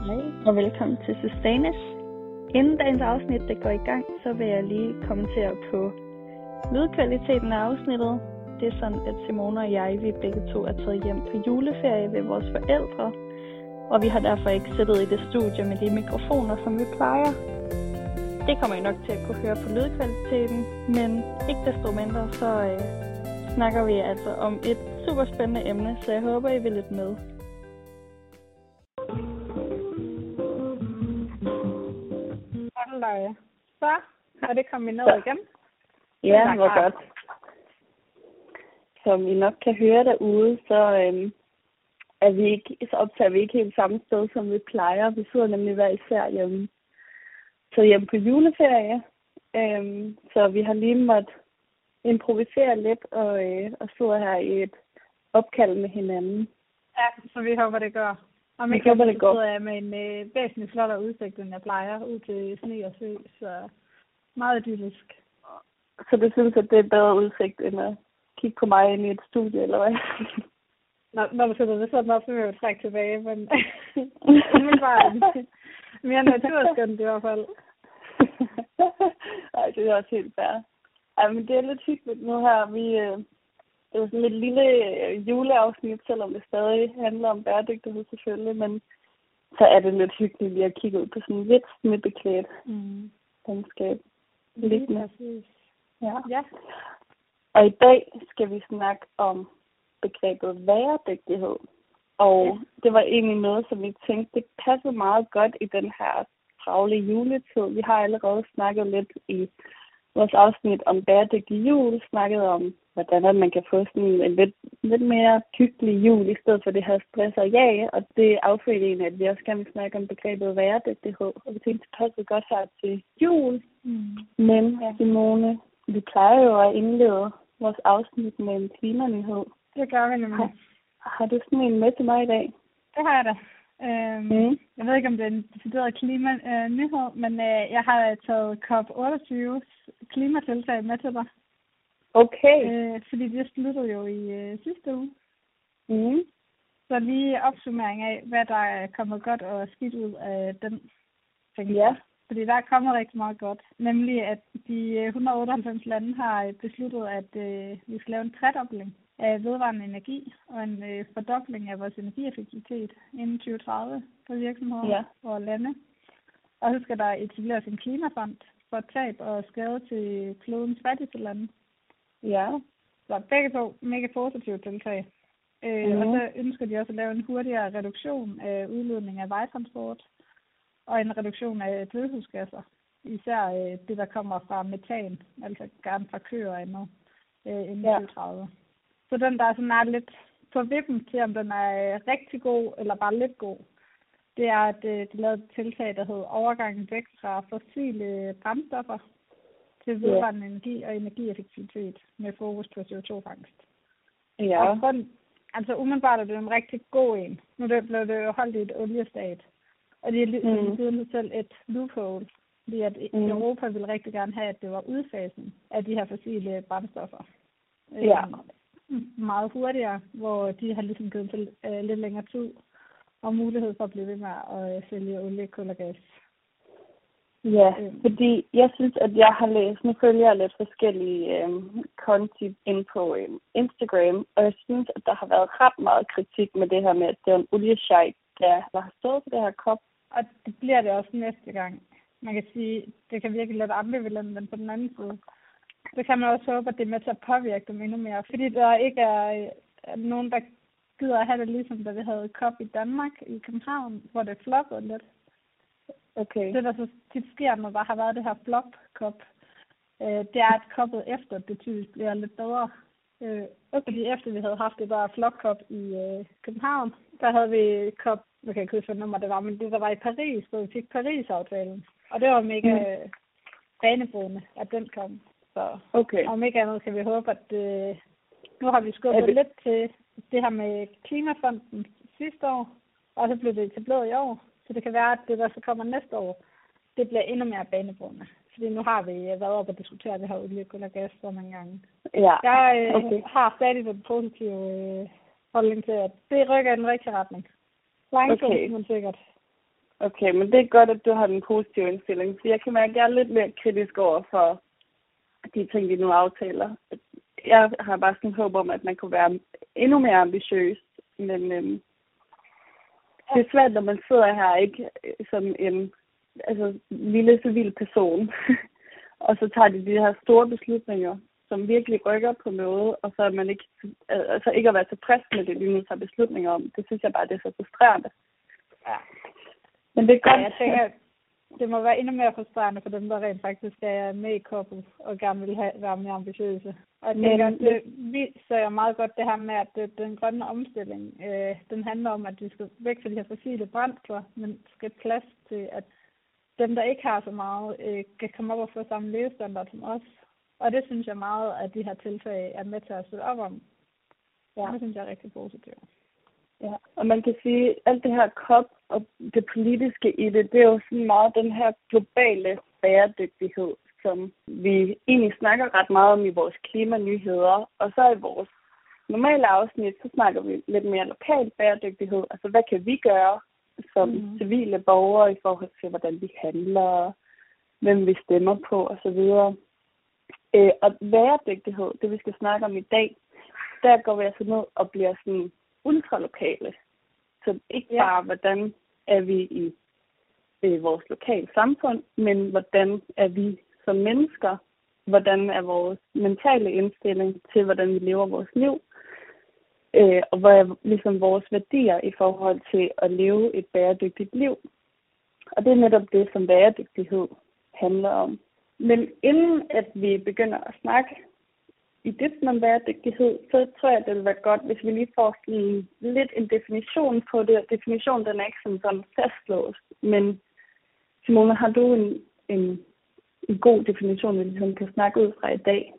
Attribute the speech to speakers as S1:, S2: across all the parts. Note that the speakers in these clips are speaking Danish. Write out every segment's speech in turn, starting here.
S1: Hej og velkommen til Sustainess. Inden dagens afsnit det går i gang, så vil jeg lige kommentere på lydkvaliteten af afsnittet. Det er sådan, at Simone og jeg, vi begge to er taget hjem på juleferie ved vores forældre. Og vi har derfor ikke siddet i det studie med de mikrofoner, som vi plejer. Det kommer I nok til at kunne høre på lydkvaliteten, men ikke desto mindre, så snakker vi altså om et super spændende emne, så jeg håber, I vil lytte med. Så har det kommet ned igen.
S2: Ja, hvor godt. Som I nok kan høre derude, så optager vi ikke helt samme sted, som vi plejer. Vi sidder nemlig hver især hjemme. Så hjemme på juleferie. Så vi har lige måttet improvisere lidt og sidder her i et opkald med hinanden.
S3: Ja, så vi håber, det gør. Og
S2: vi håber, det går.
S3: Så sidder jeg med en væsentlig flottere udsigt, end jeg plejer, ud til sne og sø, så meget idyllisk.
S2: Så du synes, at det er bedre udsigt, end at kigge på mig ind i et studie, eller hvad?
S3: Når du sætter det sådan op, så vil jeg trække tilbage, men umiddelbart mere naturskønt i hvert fald.
S2: Ej, det er også helt fair. Ej, men det er lidt hyggeligt nu her. Det er sådan et lille juleafsnit, selvom det stadig handler om bæredygtighed selvfølgelig, men så er det lidt hyggeligt lige at kigge ud på sådan et lidt smittebeklædt landskab.
S3: Ja.
S2: Og i dag skal vi snakke om begrebet bæredygtighed. Og det var egentlig noget, som vi tænkte, det passede meget godt i den her travle juletid. Vi har allerede snakket lidt i vores afsnit om bæredygtig jul, snakket om, hvordan man kan få sådan en lidt mere hyggelig jul, i stedet for det her stress og jag, og det affødte egentlig, at vi også gerne vil snakke om begrebet bæredygtighed, og vi tænkte, det passer godt her til jul. Men, Simone, vi plejer jo at indlede vores afsnit med en klimanyhed.
S3: Det gør vi nemlig.
S2: Har du sådan en med til mig i dag?
S3: Det har jeg da. Jeg ved ikke, om det er en decideret klimanyhed, men jeg har taget COP28 klimatiltag med til dig.
S2: Okay.
S3: Fordi det sluttede jo i sidste uge. Så lige opsummering af, hvad der er kommet godt og skidt ud af den ting.
S2: Ja.
S3: Fordi der er kommet rigtig meget godt. Nemlig, at de 198 lande har besluttet, at vi skal lave en tredobling af vedvarende energi og en fordobling af vores energieffektivitet inden 2030 for virksomheder og lande. Og så skal der etableres en klimafond for tab og skade til klodens fattigste lande.
S2: Ja.
S3: Så begge to mega positive tiltag. Og så ønsker de også at lave en hurtigere reduktion af udledning af vejtransport og en reduktion af drivhusgasser. Især det, der kommer fra metan, altså gerne fra køer og andet, inden 2030. Så den, der er sådan er lidt på vippen til, om den er rigtig god eller bare lidt god, det er, at de lavede et tiltag, der hedder overgangen væk fra fossile brændstoffer til vedvarende energi og energieffektivitet med fokus på CO2-fangst.
S2: Ja.
S3: Og altså umiddelbart er det en rigtig god en. Nu blev det jo holdt i et oliestat. Og de har givet selv et loophole, fordi at Europa ville rigtig gerne have, at det var udfasen af de her fossile brændstoffer. Meget hurtigere, hvor de har ligesom givet til lidt længere tid og mulighed for at blive ved med at sælge olie, kul og gas.
S2: Ja, fordi jeg synes, at jeg har læst, nu følger jeg lidt forskellige konti ind på Instagram, og jeg synes, at der har været ret meget kritik med det her med, at det er en oliesheik, der har stået på det her kop. Og
S3: det bliver det også næste gang. Man kan sige, det kan virke lidt ambivalent, men på den anden side, så kan man også håbe, at det er med til at påvirke dem endnu mere. Fordi der ikke er nogen, der gider at have det ligesom, da vi havde COP i Danmark, i København, hvor det floppede lidt.
S2: Okay.
S3: Det, der så tit sker, når der har været det her flop-COP, det er, at COP'et efter det typisk bliver lidt bedre. Fordi efter vi havde haft det der flop-COP i København, der havde vi COP, jeg kan ikke huske, hvad nummer det var, men det der var i Paris, hvor vi fik Paris-aftalen. Og det var mega banebrydende, at den kom. Så om ikke andet kan vi håbe, at nu har vi skubbet lidt til det her med Klimafonden sidste år, og så blev det etableret i år. Så det kan være, at det, der så kommer næste år, det bliver endnu mere banebrydende. Fordi nu har vi været oppe og diskutere det her olie, kul og gas så mange gange.
S2: Ja.
S3: Jeg har stadig den positive holdning til, at det rykker i den rigtige retning. Langsomt, men sikkert.
S2: Okay, men det er godt, at du har den positive indstilling, for jeg kan mærke, at jeg er lidt mere kritisk over for de ting, vi nu aftaler. Jeg har bare sådan håb om, at man kunne være endnu mere ambitiøs, men det er svært, når man sidder her ikke som en lille civil person, og så tager de her store beslutninger, som virkelig rykker på noget, og så er man ikke, ikke at være tilfreds med det, de nu tager beslutninger om. Det synes jeg bare, det er så frustrerende.
S3: Ja.
S2: Men det er godt.
S3: Ja, jeg tænker, det må være endnu mere frustrerende for dem, der rent faktisk er med i koppel og gerne vil være mere ambitiøse. Og jeg tænker, det viser jo meget godt det her med, at den grønne omstilling, den handler om, at vi skal væk fra de her fossile brændsler, men skal plads til, at dem, der ikke har så meget, kan komme op og få samme levestandard som os. Og det synes jeg meget, at de her tiltag er med til at støtte op om. Ja. Det synes jeg er rigtig positivt.
S2: Ja, og man kan sige, at alt det her COP og det politiske i det, det er jo sådan meget den her globale bæredygtighed, som vi egentlig snakker ret meget om i vores klimanyheder. Og så i vores normale afsnit, så snakker vi lidt mere lokal bæredygtighed. Altså, hvad kan vi gøre som civile borgere i forhold til, hvordan vi handler, hvem vi stemmer på osv. Og bæredygtighed, det vi skal snakke om i dag, der går vi altså ned og bliver sådan ultralokale. Så ikke bare, hvordan er vi i vores lokale samfund, men hvordan er vi som mennesker, hvordan er vores mentale indstilling til, hvordan vi lever vores liv, og hvad er ligesom vores værdier i forhold til at leve et bæredygtigt liv. Og det er netop det, som bæredygtighed handler om. Men inden at vi begynder at snakke i dybden om bæredygtighed, så tror jeg, det vil være godt, hvis vi lige får sådan lidt en definition på det. Definitionen, den er ikke sådan fastlåst. Men Simone, har du en god definition, vi ligesom kan snakke ud fra i dag?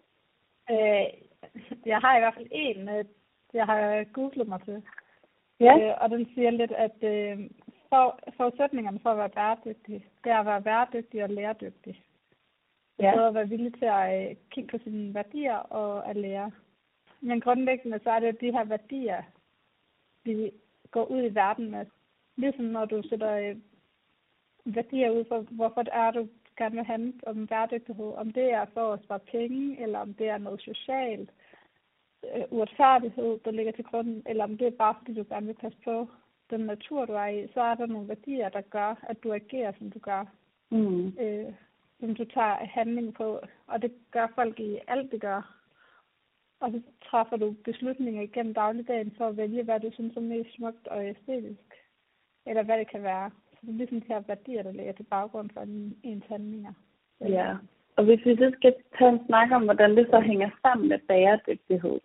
S3: Jeg har i hvert fald en, jeg har googlet mig til.
S2: Ja.
S3: Og den siger lidt, at forudsætningerne for at være bæredygtig, det er at være bæredygtig og læredygtig. Ja. Så at være villig til at kigge på sine værdier og at lære. Men grundlæggende så er det de her værdier, vi går ud i verden med. Ligesom når du sætter værdier ud for, hvorfor det er, du gerne vil handle om bæredygtighed. Om det er for at spare penge, eller om det er noget socialt, uretfærdighed, der ligger til grunden, eller om det er bare fordi, du gerne vil passe på den natur, du er i, så er der nogle værdier, der gør, at du agerer, som du gør. Som du tager handling på, og det gør folk i alt, det gør. Og så træffer du beslutninger igennem dagligdagen for at vælge, hvad du synes er mest smukt og æstetisk, eller hvad det kan være. Så det er ligesom de her værdier, der ligger til baggrund for ens handlinger.
S2: Ja, og hvis vi så skal tage en snak om, hvordan det så hænger sammen med bæredygtighed.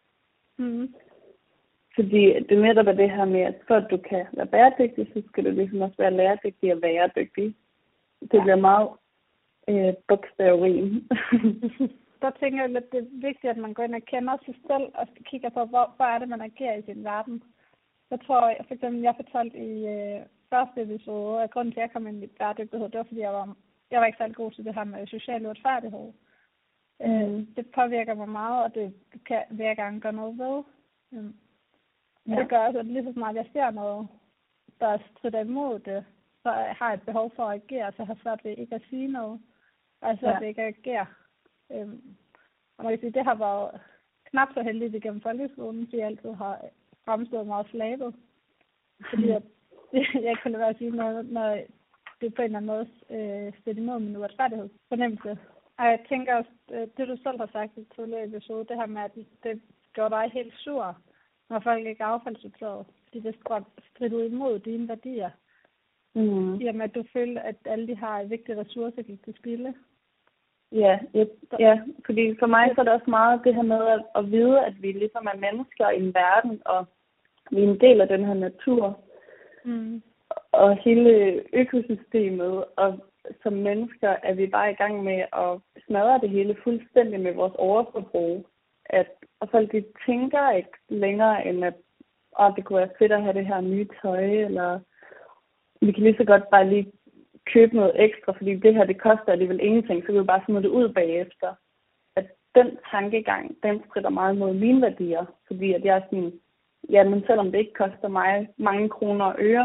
S2: Fordi det netop er det her med, at for at du kan være bæredygtig, så skal du ligesom også være læredygtig og væredygtig. Det bliver meget bogstavrim.
S3: Der tænker jeg lidt, det er vigtigt, at man går ind og kender sig selv, og kigger på, hvor er det, man agerer i sin verden. Jeg tror, for eksempel, jeg fortalte i første episode, at grunden til, at jeg kom ind i bæredygtighed, det var, fordi jeg var ikke særlig god til det her med social uretfærdighed. Det påvirker mig meget, og det kan hver gang gøre noget ved. Det gør også, at lige så snart jeg ser noget, der strider imod det, så har jeg et behov for at agere, så jeg har svært ved ikke at sige noget, og jeg har svært ved ikke at agere. Og man kan sige, det har været knap så heldigt igennem folkeskolen, fordi jeg altid har fremstået meget flabet. Fordi jeg kunne lade være at sige noget, når det på en eller anden måde støtter imod min uretfærdighedsfornemmelse. Og jeg tænker også, det du selv har sagt i tidligere episode, det her med, at det gjorde dig helt sur, når folk ikke er affaldssorteret, fordi det strider imod dine værdier. I og med, at du føler, at alle de her vigtige ressourcer gik til spilde.
S2: Ja, fordi for mig så er det også meget det her med at vide, at vi ligesom er mennesker i en verden, og vi er en del af den her natur, og hele økosystemet, og som mennesker er vi bare i gang med at smadre det hele fuldstændig med vores overforbrug. Og folk de tænker ikke længere end, at det kunne være fedt at have det her nye tøj, eller vi kan lige så godt bare lige købe noget ekstra, fordi det her, det koster alligevel ingenting, så kan vi bare smide det ud bagefter. At den tankegang, den strider meget mod mine værdier, fordi at jeg er sådan, men selvom det ikke koster mig mange kroner og øre,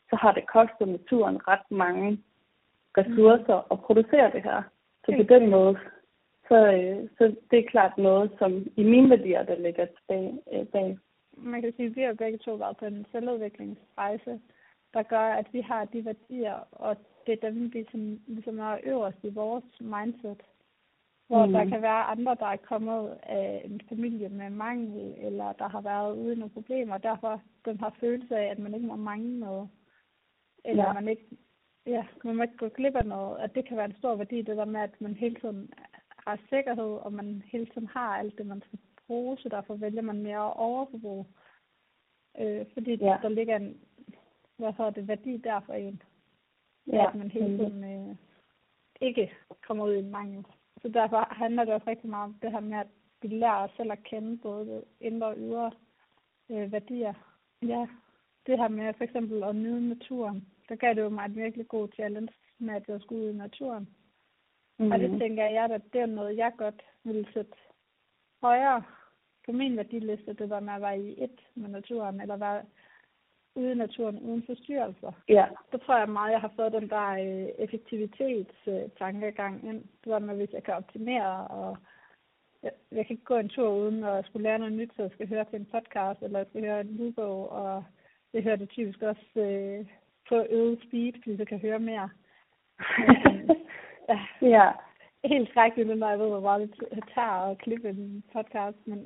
S2: så har det kostet naturen ret mange ressourcer at producere det her. Så på den måde, så det er klart noget, som i mine værdier, der ligger bag.
S3: Man kan sige, at vi har begge to været på en selvudviklingsrejse, der gør, at vi har de værdier, og det er dem, vi ligesom er øverst i vores mindset. Hvor der kan være andre, der er kommet af en familie med mangel, eller der har været ude i nogle problemer, og derfor den har følelse af, at man ikke må mangle noget. Eller man må ikke gå glip af noget. At det kan være en stor værdi, det der med, at man hele tiden har sikkerhed, og man hele tiden har alt det, man skal bruge, så derfor vælger man mere overforbrug. Fordi der ligger en værdi der for en. At man hele tiden ikke kommer ud i en mangel. Så derfor handler det også rigtig meget om det her med, at vi lærer os selv at kende både indre og ydre værdier. Ja, det her med for eksempel at nyde naturen, der gav det jo mig et virkelig god challenge med, at jeg skulle ud i naturen. Og det tænker jeg, at det er noget, jeg godt ville sætte højere på min værdiliste, det der med at være i et med naturen, eller være ude i naturen uden forstyrrelser.
S2: Ja.
S3: Det tror jeg meget, jeg har fået den der effektivitetstankegang ind. Det var med, hvis jeg kan optimere, og jeg kan ikke gå en tur uden at skulle lære noget nyt, så jeg skal høre til en podcast, eller jeg skal høre en lydbog, og det hører det typisk også på øget speed, fordi jeg kan høre mere.
S2: Ja.
S3: Helt skrækkeligt, når jeg ved, hvor meget det tager at klippe en podcast, men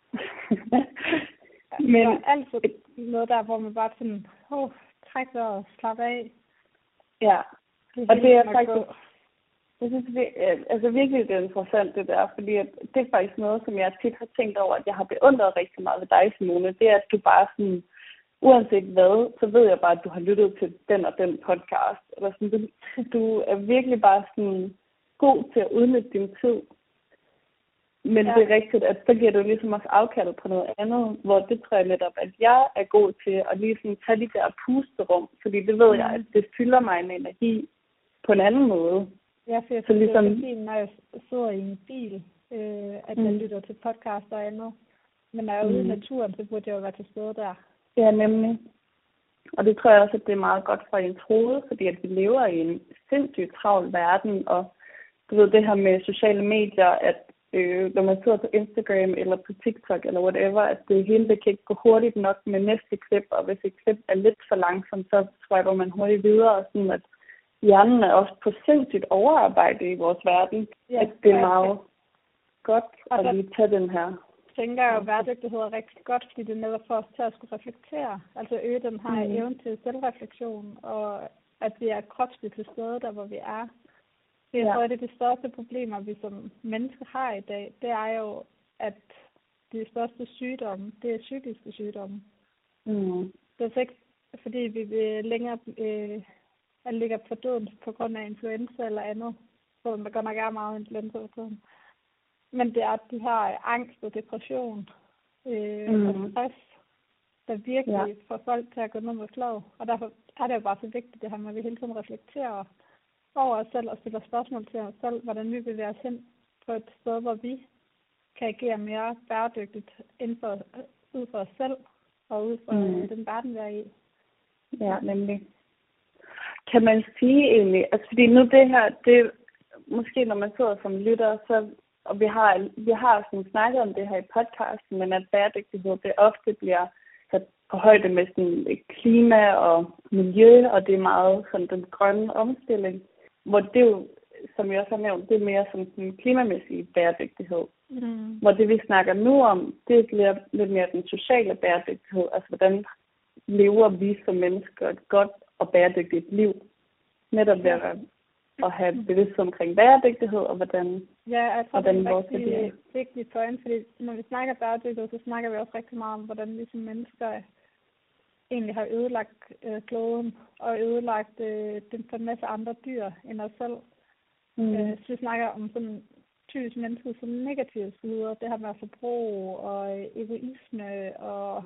S3: der er altid noget der, hvor man bare sådan, træk dig og slap af.
S2: Ja, og det er faktisk, jeg synes, virkelig det er interessant det der, fordi at det er faktisk noget, som jeg tit har tænkt over, at jeg har beundret rigtig meget ved dig, Simone. Det er, at du bare sådan, uanset hvad, så ved jeg bare, at du har lyttet til den og den podcast. Eller sådan, du er virkelig bare sådan god til at udnytte din tid. Men det er rigtigt, at så giver du ligesom også afkald på noget andet, hvor det tror jeg netop, at jeg er god til at lige sådan tage de der pusterum, fordi det ved jeg, at det fylder mig en energi på en anden måde.
S3: Ja, for jeg synes, ligesom det er fint, når jeg sidder i en bil, at jeg lytter til podcast og andet. Men når jeg er ude i naturen, så burde jeg jo være til stede der.
S2: Ja, nemlig. Og det tror jeg også, at det er meget godt for ens hoved, fordi at vi lever i en sindssygt travl verden, og du ved det her med sociale medier, at når man sidder på Instagram eller på TikTok eller whatever, at det hele det kan ikke gå hurtigt nok med næste klip, og hvis et klip er lidt for langsomt, så swiper man hurtigt videre, og sådan at hjernen er også på sindssygt overarbejde i vores verden. Ja, at det er meget godt at lige tage den her.
S3: Tænker jeg jo, at bæredygtighed er rigtig godt, fordi det netop får os til at skulle reflektere, altså øge den her evne til selvreflektion, og at vi er kropsligt til stede der, hvor vi er. Jeg tror, at det er de største problemer, vi som mennesker har i dag, det er jo, at de største sygdomme, det er psykiske sygdomme. Det er ikke, fordi vi længere ligger på døden på grund af influenza eller andet, så der godt nok er meget influenza på døden. Men det er de her angst og depression og stress, der virkelig får folk til at gå ned med slag. Og derfor er det jo bare så vigtigt, det her med, at vi hele tiden reflekterer over os selv og stiller spørgsmål til os selv, hvordan vi bevæger os hen på et sted, hvor vi kan agere mere bæredygtigt ud for os selv og ud for den verden, vi er i.
S2: Ja, nemlig. Kan man sige egentlig, altså fordi nu det her, det måske når man sidder som lytter, så, og vi har sådan snakket om det her i podcasten, men at bæredygtighed, det ofte bliver sat på højde med sådan klima og miljø, og det er meget sådan den grønne omstilling, hvor det jo, som jeg også har nævnt, det er mere som den klimamæssige bæredygtighed. Hvor det vi snakker nu om, det bliver lidt mere den sociale bæredygtighed, altså hvordan lever vi som mennesker et godt og bæredygtigt liv, netop ved at have bevidsthed omkring bæredygtighed, og hvordan
S3: jeg tror, det er rigtig vigtigt point, fordi når vi snakker bæredygtighed, så snakker vi også rigtig meget om, hvordan vi som mennesker egentlig har ødelagt kloden, og ødelagt den for en masse andre dyr end os selv. Så vi snakker om sådan typisk mennesker som negative sider, det her med forbrug og egoisme og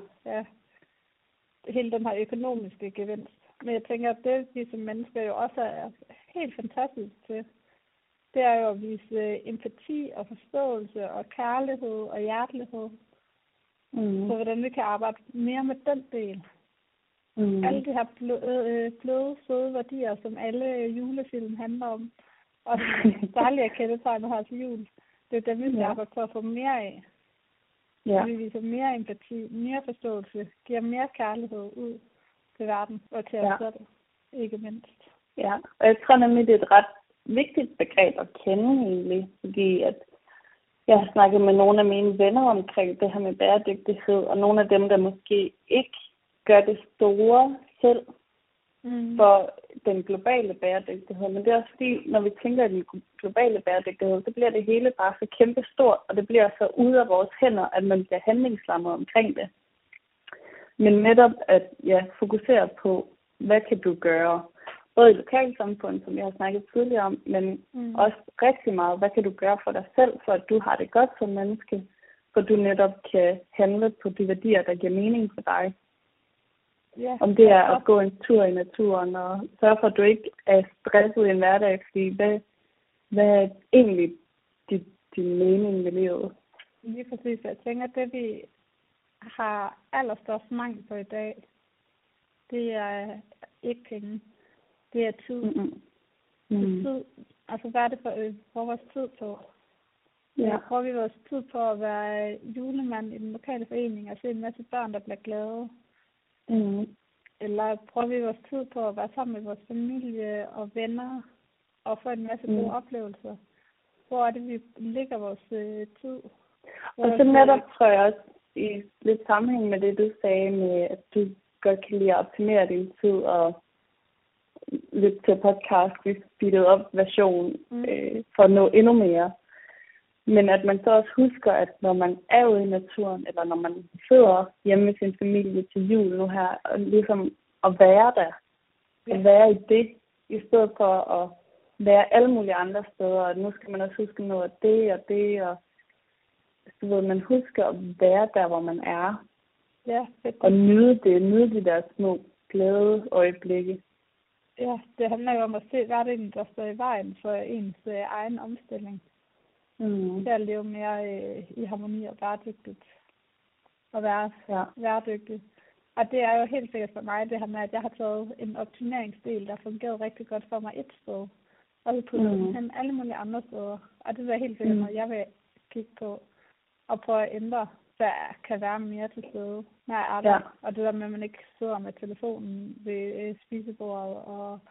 S3: hele den her økonomiske gevinst. Men jeg tænker, at det vi som mennesker jo også er helt fantastisk til, det er jo at vise empati og forståelse og kærlighed og hjertelighed. Så hvordan vi kan arbejde mere med den del. Alle de her bløde, søde værdier, som alle julefilm handler om, og særligt er kendetegnet her til jul. Det er dem, vi arbejder på at få mere af. Ja. Vi viser mere empati, mere forståelse, giver mere kærlighed ud til verden og til os selv, ikke mindst.
S2: Ja, og jeg tror nemlig, det er et ret vigtigt begreb at kende egentlig, fordi at jeg har snakket med nogle af mine venner omkring det her med bæredygtighed, og nogle af dem, der måske ikke gør det store selv for den globale bæredygtighed. Men det er også fordi, når vi tænker i den globale bæredygtighed, så bliver det hele bare så kæmpe stort, og det bliver så ude af vores hænder, at man bliver handlingslammet omkring det. Men netop at fokusere på, hvad kan du gøre, både i lokalsamfundet, som jeg har snakket tidligere om, men også rigtig meget, hvad kan du gøre for dig selv, for at du har det godt som menneske, for du netop kan handle på de værdier, der giver mening for dig. Yeah. Om det er at gå en tur i naturen, og sørge for, at du ikke er stresset i en hverdag, fordi hvad er egentlig din mening med livet?
S3: Lige præcis. Jeg tænker, at det vi har allerstørst mangel på i dag, det er ikke penge. Det er tid. Det er tid. Altså, hvad er det for vores tid på? Ja. Bruger vi vores tid på at være julemand i den lokale forening og se en masse børn, der bliver glade? Eller prøver vi vores tid på at være sammen med vores familie og venner og få en masse gode oplevelser? Hvor er det, vi lægger vores tid?
S2: Og så netop tror jeg også i lidt sammenhæng med det, du sagde med, at du godt kan lide at optimere din tid og lytte til podcast i speedet op version for at nå endnu mere. Men at man så også husker, at når man er ude i naturen, eller når man sidder hjemme med sin familie til jul nu her, og ligesom at være der, at være i det, i stedet for at være alle mulige andre steder, og nu skal man også huske noget af det og det, og så ved man husker at være der, hvor man er, og nyde de der små glæde øjeblikke.
S3: Ja, det handler jo om at se, hvad er det, der står i vejen for ens egen omstilling. Til at leve mere i harmoni og bæredygtigt. Og være bæredygtig. Og det er jo helt sikkert for mig, det her med, at jeg har taget en optimeringsdel, der fungerede rigtig godt for mig et sted. Og så puttet den hen alle mulige andre steder. Og det er helt sikkert noget, jeg vil kigge på. Og prøve at ændre, hvad kan være mere til stede, når jeg er der. Ja. Og det der med, at man ikke sidder med telefonen ved spisebordet, og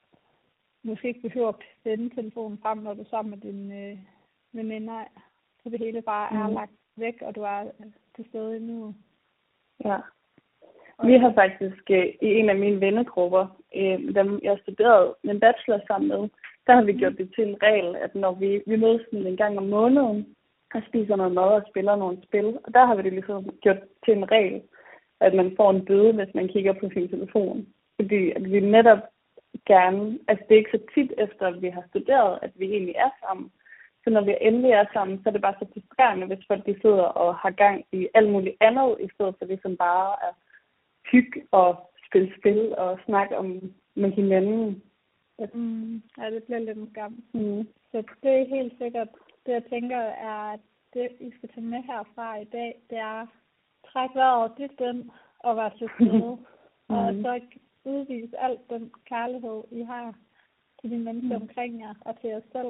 S3: måske ikke behøver at sende telefonen frem, når du er sammen med dine veninder. Så det hele bare er lagt væk, og du er til stede nu.
S2: Ja. Vi har faktisk i en af mine vennegrupper, dem jeg studerede en bachelor sammen med, der har vi gjort det til en regel, at når vi mødes en gang om måneden, og spiser noget mad og spiller nogle spil, og der har vi det ligesom gjort til en regel, at man får en bøde, hvis man kigger på sin telefon. Fordi at vi netop gerne, altså det er ikke så tit efter, at vi har studeret, at vi egentlig er sammen. Så når vi endelig er sammen, så er det bare så frustrerende, hvis folk de sidder og har gang i alt muligt andet, i stedet for det, som bare er hygge og spille spil og snakke om med hinanden.
S3: Ja, det bliver lidt en skam. Så det er helt sikkert, det jeg tænker er, at det, I skal tage med herfra i dag, det er trække vejret dybt ind og være til stede. Og så udvise alt den kærlighed, I har til de mennesker omkring jer og til jer selv.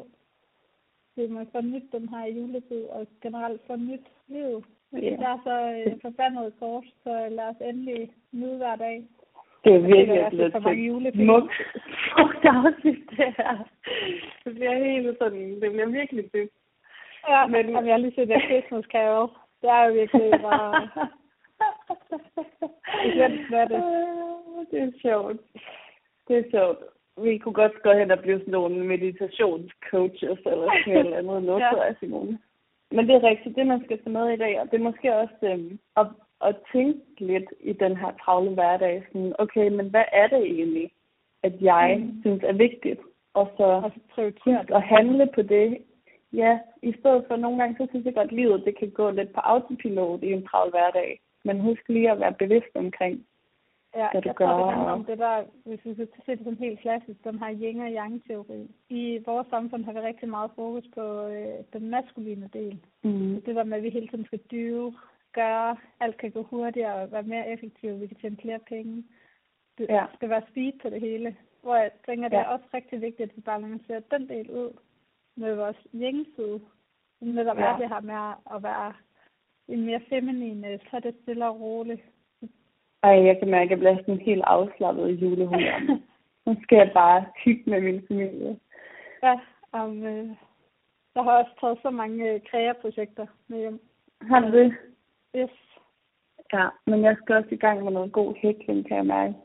S3: Det må få nyt den her juletid og generelt få nyt livet. Det er så forbandet kort, så lad os endelig nyde hver dag.
S2: Det er virkelig lidt smukt afsnit, det her. Det bliver helt sådan, det bliver virkelig dybt.
S3: Ja, men jeg har lige set der Christmas Carol. Det er jo virkelig bare...
S2: Det er sjovt. Det er sjovt. Vi kunne godt gå hen og blive sådan nogle meditationscoaches eller sådan eller andet noget, tror jeg, Simone. Men det er rigtigt, det man skal tage med i dag, og det er måske også at tænke lidt i den her travle hverdag. Sådan, okay, men hvad er det egentlig, at jeg synes er vigtigt? Og så prioritere at handle på det. Ja, i stedet for nogle gange, så synes jeg godt, at livet det kan gå lidt på autopilot i en travl hverdag. Men husk lige at være bevidst omkring, hvad du gør.
S3: Jeg tror, det handler om det der, hvis vi skal se det som helt klassisk, den her yin og yang teori. I vores samfund har vi rigtig meget fokus på den maskuline del. Det der med, at vi hele tiden skal gøre, alt kan gå hurtigere og være mere effektivt, vi kan tjene flere penge. det skal være speed på det hele. Hvor jeg tænker, det er også rigtig vigtigt, at vi balancerer den del ud med vores hjemmeside. Netop er det her med at være en mere feminin, så det stille og roligt.
S2: Ej, jeg kan mærke, at jeg bliver sådan helt afslappet i julehumør. Nu skal jeg bare hygge med min familie.
S3: Ja, jeg har også taget så mange kreaprojekter med hjem.
S2: Har du det?
S3: Yes.
S2: Ja, men jeg skal også i gang med noget god hækling, kan jeg mærke.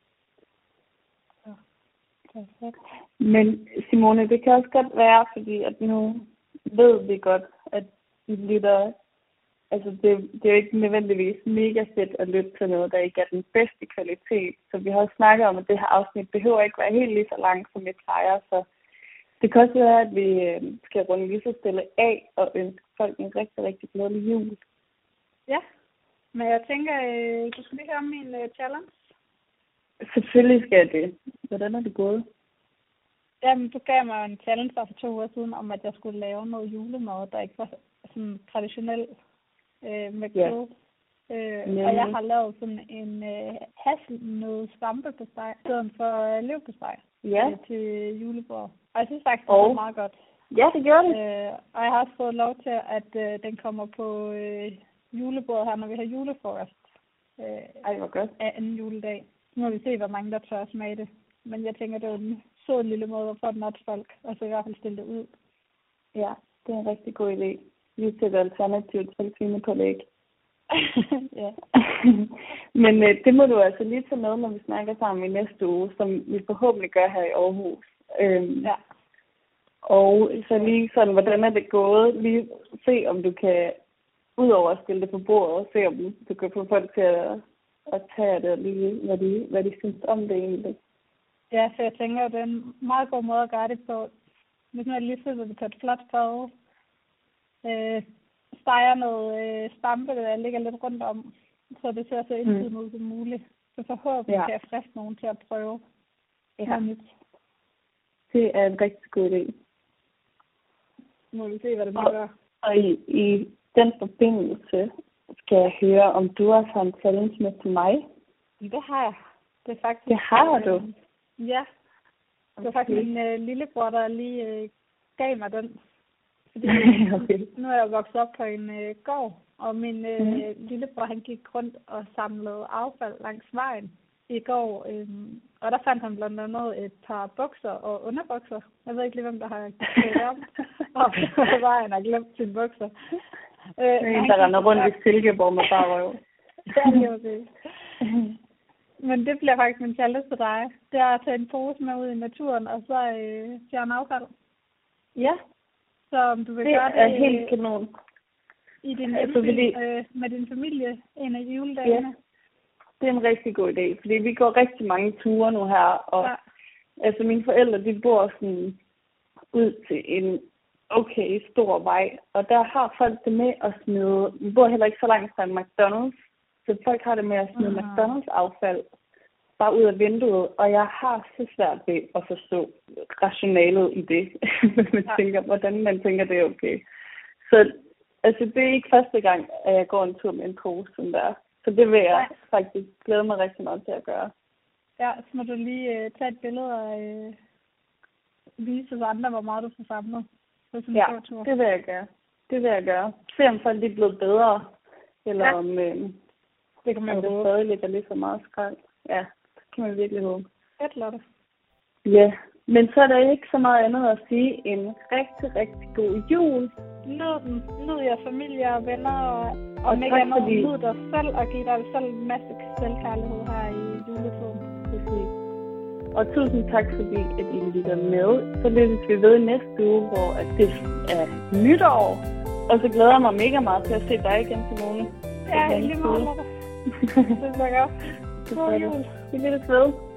S3: Ja.
S2: Men Simone, det kan også godt være, fordi at nu ved vi godt, at vi lytter. Altså, det er jo ikke nødvendigvis mega fedt at lytte til noget, der ikke er den bedste kvalitet. Så vi har også snakket om, at det her afsnit behøver ikke være helt lige så langt, som vi plejer. Så det kan også være, at vi skal runde lige så stille af og ønske folk en rigtig, rigtig glædelig jul.
S3: Ja, men jeg tænker, du skal lige høre om min challenge.
S2: Selvfølgelig skal jeg det. Hvordan er det gået?
S3: Jamen, du gav mig en challenge for 2 uger siden, om at jeg skulle lave noget julemad, der ikke var sådan traditionel med kød. Og jeg har lavet sådan en hasselnød svampepostej, i stedet for leverpostej til julebord. Og jeg synes faktisk, det var meget godt.
S2: Ja, det gjorde det.
S3: Og jeg har også fået lov til, at den kommer på julebordet her, når vi har julefrokost.
S2: Ej, hvor godt.
S3: Af anden juledag. Nu må vi se, hvor mange der tør smage det. Men jeg tænker, det er en sød lille måde at få den op til folk, og så i hvert fald stille det ud.
S2: Ja, det er en rigtig god idé. Vi sætter alternativt til svinepålæg.
S3: Ja.
S2: Men det må du altså lige tage med, når vi snakker sammen i næste uge, som vi forhåbentlig gør her i Aarhus.
S3: Ja.
S2: Og så lige sådan, hvordan er det gået? Lige se, om du kan, udover at stille det på bordet, se om du kan få folk til at tage det, lige hvad de synes om det egentlig.
S3: Ja, så jeg tænker, at det er en meget god måde at gøre det på. Hvis nu jeg lige sætter det på et flot fad, steger noget stampe, der ligger lidt rundt om, så det ser så indtiden ud som muligt. Så forhåbentlig kan jeg friste nogen til at prøve.
S2: Ja. Det er en rigtig god idé.
S3: Må vi se, hvad det gør.
S2: Og i den forbindelse skal jeg høre, om du også har en challenge med til mig.
S3: Det har jeg. Det er faktisk.
S2: Det har du?
S3: Ja. Det var faktisk min lillebror, der lige gav mig den. Fordi nu er jeg vokset op på en gård, og min lillebror, han gik rundt og samlede affald langs vejen i går. Og der fandt han blandt andet et par bukser og underbukser. Jeg ved ikke lige, hvem der har gjort det om. Og på vejen og glemt sine bukser.
S2: En, der render rundt i Silkeborg med bare røv.
S3: Ja, det var det. Men det bliver faktisk min challenge til dig. Det er at tage en pose med ud i naturen, og så fjerne affald.
S2: Ja.
S3: Så om du vil
S2: det
S3: gøre det
S2: er helt kanon.
S3: I din med din familie en af juledagene.
S2: Ja. Det er en rigtig god idé, fordi vi går rigtig mange ture nu her, og altså mine forældre, de bor sådan ud til en okay stor vej, og der har folk det med at smide, vi bor heller ikke så langt fra en McDonald's, så folk har det med at smide McDonald's affald bare ud af vinduet, og jeg har så svært ved at forstå rationalet i det, hvordan man tænker, det er okay. Så altså, det er ikke første gang, at jeg går en tur med en pose sådan der. Så det vil jeg faktisk glæde mig rigtig meget til at gøre.
S3: Ja, så må du lige tage et billede og vise os andre, hvor meget du får samlet.
S2: Ja, det vil jeg gøre. Se om folk er blevet bedre, eller om det kan man jo stadig ligger lige så meget skrald. Ja, det kan man virkelig håbe.
S3: Fedt, Lotte.
S2: Ja, men så er der ikke så meget andet at sige end rigtig, rigtig god jul.
S3: Nyd jer familie og venner, og ikke andet nyd dig selv, og giv dig selv en masse selvkærlighed her i juletiden.
S2: Og tusind tak, fordi at I lytter med. Så lyttes vi ved næste uge, hvor det er nytår. Og så glæder jeg mig mega meget til at se dig igen, Simone.
S3: Ja, lige meget. Det er så godt. God jul.
S2: Vi lyttes ved.